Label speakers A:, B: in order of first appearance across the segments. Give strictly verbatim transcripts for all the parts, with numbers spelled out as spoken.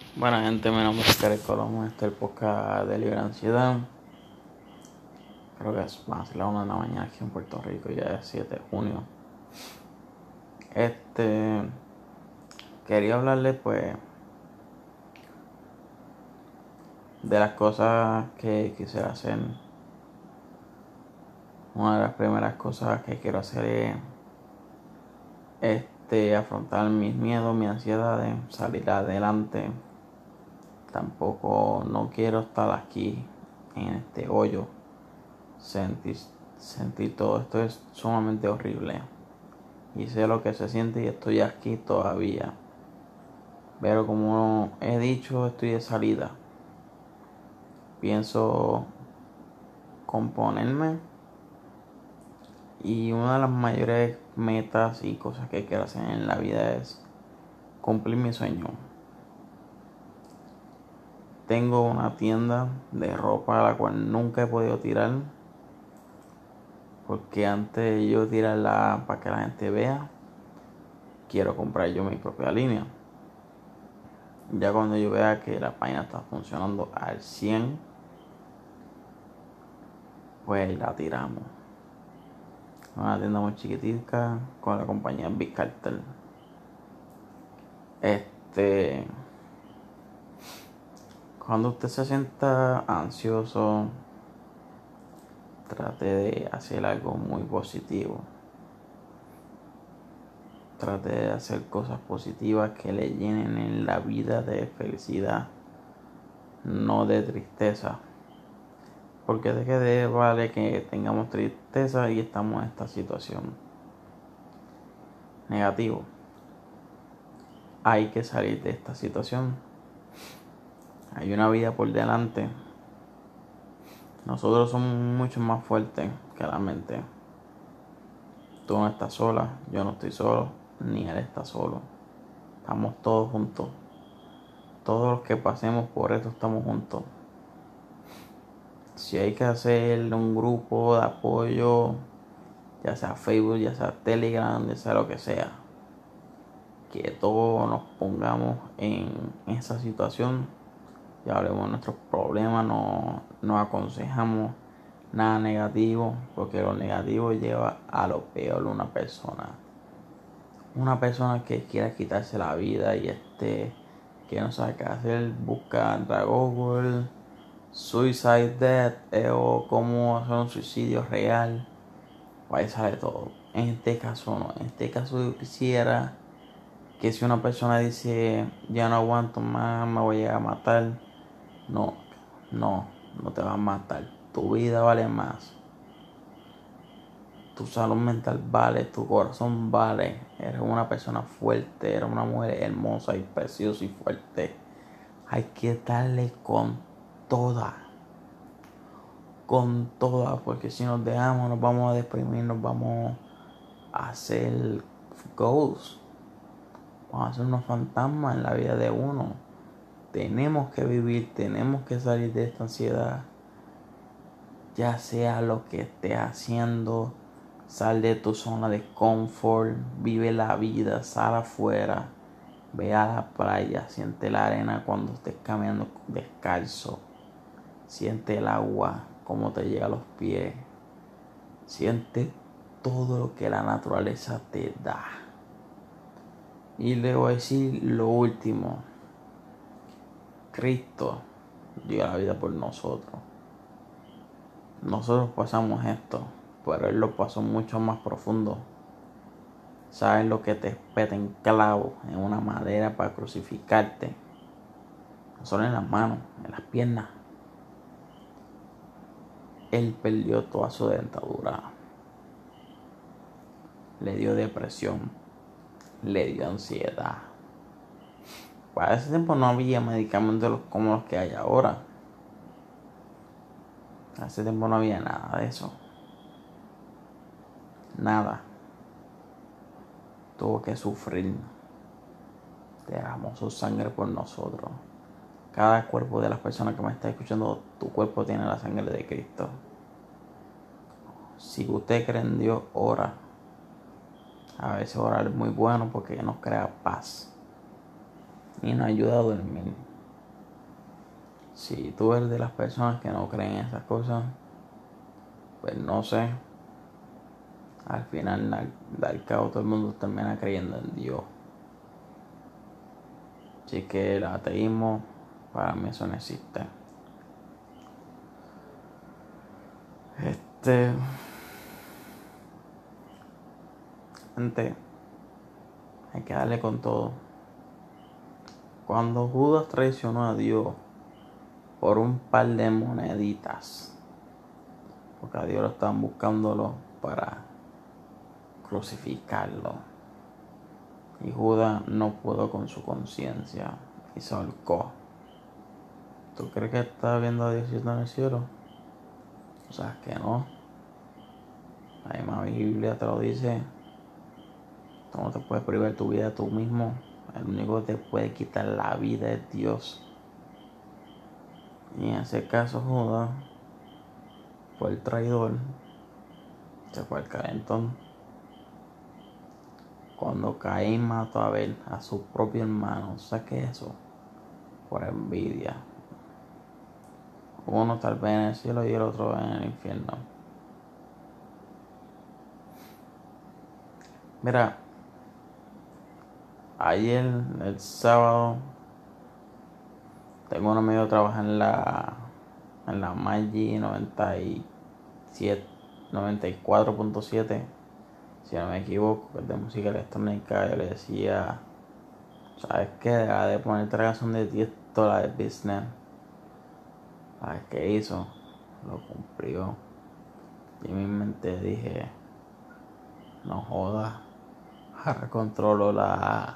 A: Bueno, gente, mi nombre es Karen Colombo. Este es el podcast de Libre Ansiedad. Creo que es más la una de la mañana aquí en Puerto Rico, ya es siete de junio. Este. Quería hablarles, pues, de las cosas que quisiera hacer. Una de las primeras cosas que quiero hacer es este, afrontar mis miedos, mis ansiedades, salir adelante. Tampoco no quiero estar aquí en este hoyo. Sentir, sentir todo esto es sumamente horrible. Y sé lo que se siente y estoy aquí todavía. Pero como he dicho, estoy de salida. Pienso componerme. Y una de las mayores metas y cosas que quiero hacer en la vida es cumplir mi sueño. Tengo una tienda de ropa a la cual nunca he podido tirar. Porque antes de yo tirarla para que la gente vea, quiero comprar yo mi propia línea. Ya cuando yo vea que la página está funcionando al cien, pues la tiramos. Una tienda muy chiquitica con la compañía Big Cartel. Este, cuando usted se sienta ansioso, trate de hacer algo muy positivo. Trate de hacer cosas positivas que le llenen en la vida de felicidad, no de tristeza. Porque de qué vale que tengamos tristeza y estamos en esta situación. Negativo. Hay que salir de esta situación. Hay una vida por delante. Nosotros somos mucho más fuertes que la mente. Tú no estás sola, yo no estoy solo, ni él está solo. Estamos todos juntos. Todos los que pasemos por esto estamos juntos. Si hay que hacer un grupo de apoyo, ya sea Facebook, ya sea Telegram, ya sea lo que sea, que todos nos pongamos en esa situación y hablemos de nuestros problemas, no, nos aconsejamos nada negativo, porque lo negativo lleva a lo peor de una persona. Una persona que quiera quitarse la vida y este que no sabe qué hacer, busca a Google Suicide Death eh, o cómo hacer un suicidio real. Ahí sale todo. En este caso no. En este caso yo quisiera que si una persona dice ya no aguanto más, me voy a llegar a matar. No, no, no te vas a matar. Tu vida vale más. Tu salud mental vale, tu corazón vale. Eres una persona fuerte, eres una mujer hermosa y preciosa y fuerte. Hay que darle con toda. Con toda, porque si nos dejamos nos vamos a deprimir, nos vamos a hacer ghosts. Vamos a hacer unos fantasmas en la vida de uno. Tenemos que vivir, tenemos que salir de esta ansiedad. Ya sea lo que estés haciendo, sal de tu zona de confort, vive la vida, sal afuera, ve a la playa, siente la arena cuando estés caminando descalzo, siente el agua, cómo te llega a los pies, siente todo lo que la naturaleza te da. Y le voy a decir lo último, Cristo dio la vida por nosotros. Nosotros pasamos esto, pero Él lo pasó mucho más profundo. ¿Sabes lo que te espeta en clavo en una madera para crucificarte? No solo en las manos, en las piernas. Él perdió toda su dentadura. Le dio depresión. Le dio ansiedad. Para ese tiempo no había medicamentos como los que hay ahora. Para ese tiempo no había nada de eso. Nada. Tuvo que sufrir. Derramó su sangre por nosotros. Cada cuerpo de las personas que me está escuchando, tu cuerpo tiene la sangre de Cristo. Si usted cree en Dios, ora. A veces orar es muy bueno porque nos crea paz y nos ayuda a dormir. Si tú eres de las personas que no creen en esas cosas, pues no sé. Al final, al, al cabo, todo el mundo termina creyendo en Dios. Así que el ateísmo, para mí eso no existe. Este. Gente, hay que darle con todo. Cuando Judas traicionó a Dios por un par de moneditas, porque a Dios lo estaban buscándolo para crucificarlo, y Judas no pudo con su conciencia y se ahorcó. ¿Tú crees que está viendo a Diosito en el cielo? O sea, que no. La misma Biblia te lo dice. Tú no te puedes privar tu vida tú mismo. El único que te puede quitar la vida es Dios. Y en ese caso Judas fue el traidor. Se fue al calentón. Cuando Caín mató a Abel, a su propio hermano, ¿sabes qué es eso? Por envidia. Uno tal vez en el cielo y el otro en el infierno. Mira, ayer, el sábado, tengo un amigo que trabaja en la en la Maggi noventa y siete, noventa y cuatro punto siete, si no me equivoco, que es de música electrónica. Yo le decía, ¿sabes qué? Deja de ponerte la canción de diez dólares business. ¿Sabes qué hizo? Lo cumplió. Y en mi mente dije, no jodas, ahora controlo la,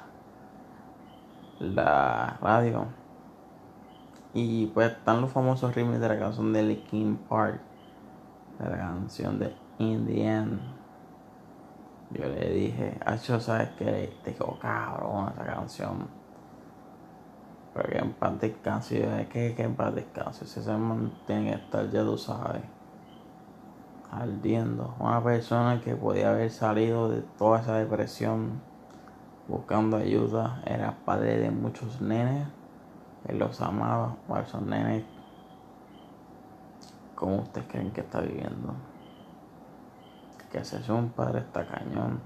A: la radio. Y pues están los famosos remix de la canción de Linkin Park, de la canción de In the End. Yo le dije, Acho, ¿sabes qué? Te quedó cabrón esa canción. Pero que en paz descanse. Es que, que en paz descanse. Si se mantiene que estar, ya tú sabes, ardiendo. Una persona que podía haber salido de toda esa depresión buscando ayuda. Era padre de muchos nenes. Él los amaba. O esos nenes, ¿cómo ustedes creen que está viviendo? Que hacerse un padre está cañón.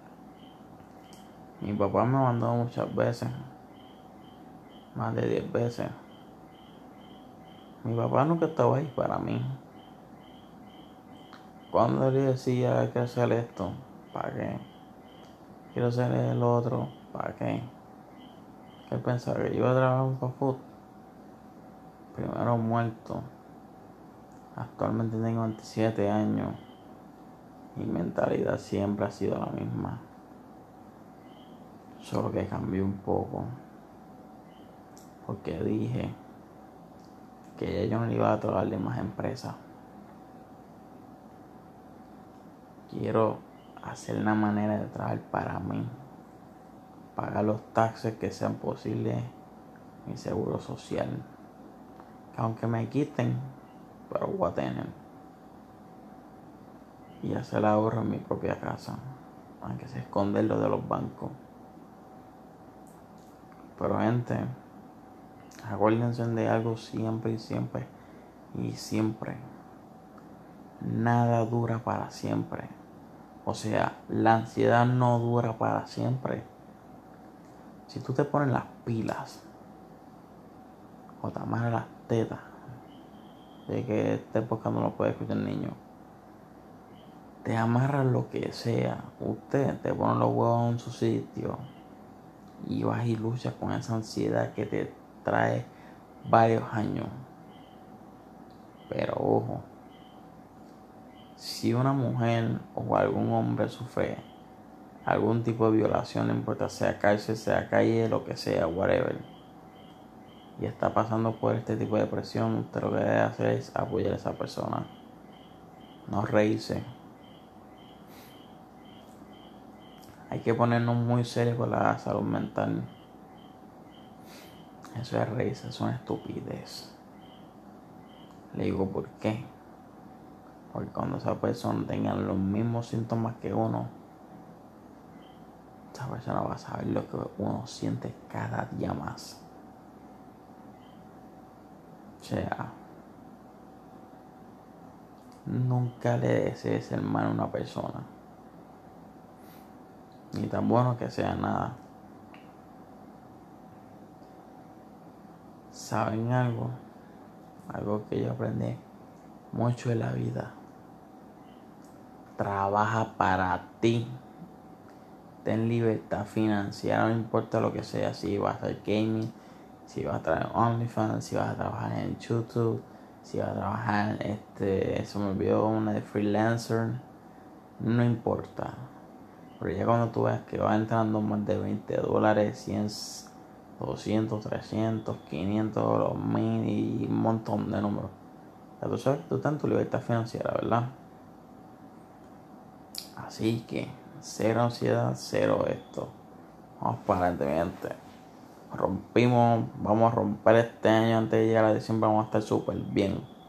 A: Mi papá me mandó muchas veces. Más de diez veces. Mi papá nunca estaba ahí para mí. Cuando él decía, quiero hacer esto, ¿para qué? Quiero hacer el otro, ¿para qué? Él pensaba que yo iba a trabajar un fast food. Primero muerto. Actualmente tengo veintisiete años. Mi mentalidad siempre ha sido la misma. Solo que cambié un poco. Porque dije que ya yo no le iba a trabajar de más empresas. Quiero hacer una manera de trabajar para mí. Pagar los taxes que sean posibles. Mi seguro social. Que aunque me quiten, pero voy a tener. Y hacer ahorro en mi propia casa. Aunque se esconderlo de los bancos. Pero gente, acuérdense de algo siempre y siempre. Y siempre. Nada dura para siempre. O sea, la ansiedad no dura para siempre. Si tú te pones las pilas o te amarras las tetas, de que esta época no lo puede escuchar el niño, te amarras lo que sea, usted te pone los huevos en su sitio y vas y luchas con esa ansiedad que te trae varios años. Pero ojo, si una mujer o algún hombre sufre algún tipo de violación, no importa sea cárcel, sea calle, lo que sea, whatever, y está pasando por este tipo de depresión, usted lo que debe hacer es apoyar a esa persona, no reírse. Hay que ponernos muy serios con la salud mental. Eso es reírse, eso es una estupidez. Le digo por qué. Porque cuando esa persona tenga los mismos síntomas que uno, esa persona va a saber lo que uno siente cada día más. sea, nunca le desees el mal a una persona. Ni tan bueno que sea nada. ¿Saben algo? Algo que yo aprendí mucho en la vida. Trabaja para ti. Ten libertad financiera, no importa lo que sea. Si vas a hacer gaming, si vas a trabajar en OnlyFans, si vas a trabajar en YouTube, si vas a trabajar en este, se me olvidó una de freelancer. No importa. Pero ya cuando tú ves que va entrando más de veinte dólares, cien, doscientos, trescientos, quinientos, los mil y un montón de números. Ya tú sabes que tú estás en tu libertad financiera, ¿verdad? Así que, cero ansiedad, cero esto. Vamos para adelante, mi gente. Rompimos, vamos a romper este año antes de llegar a diciembre, vamos a estar súper bien.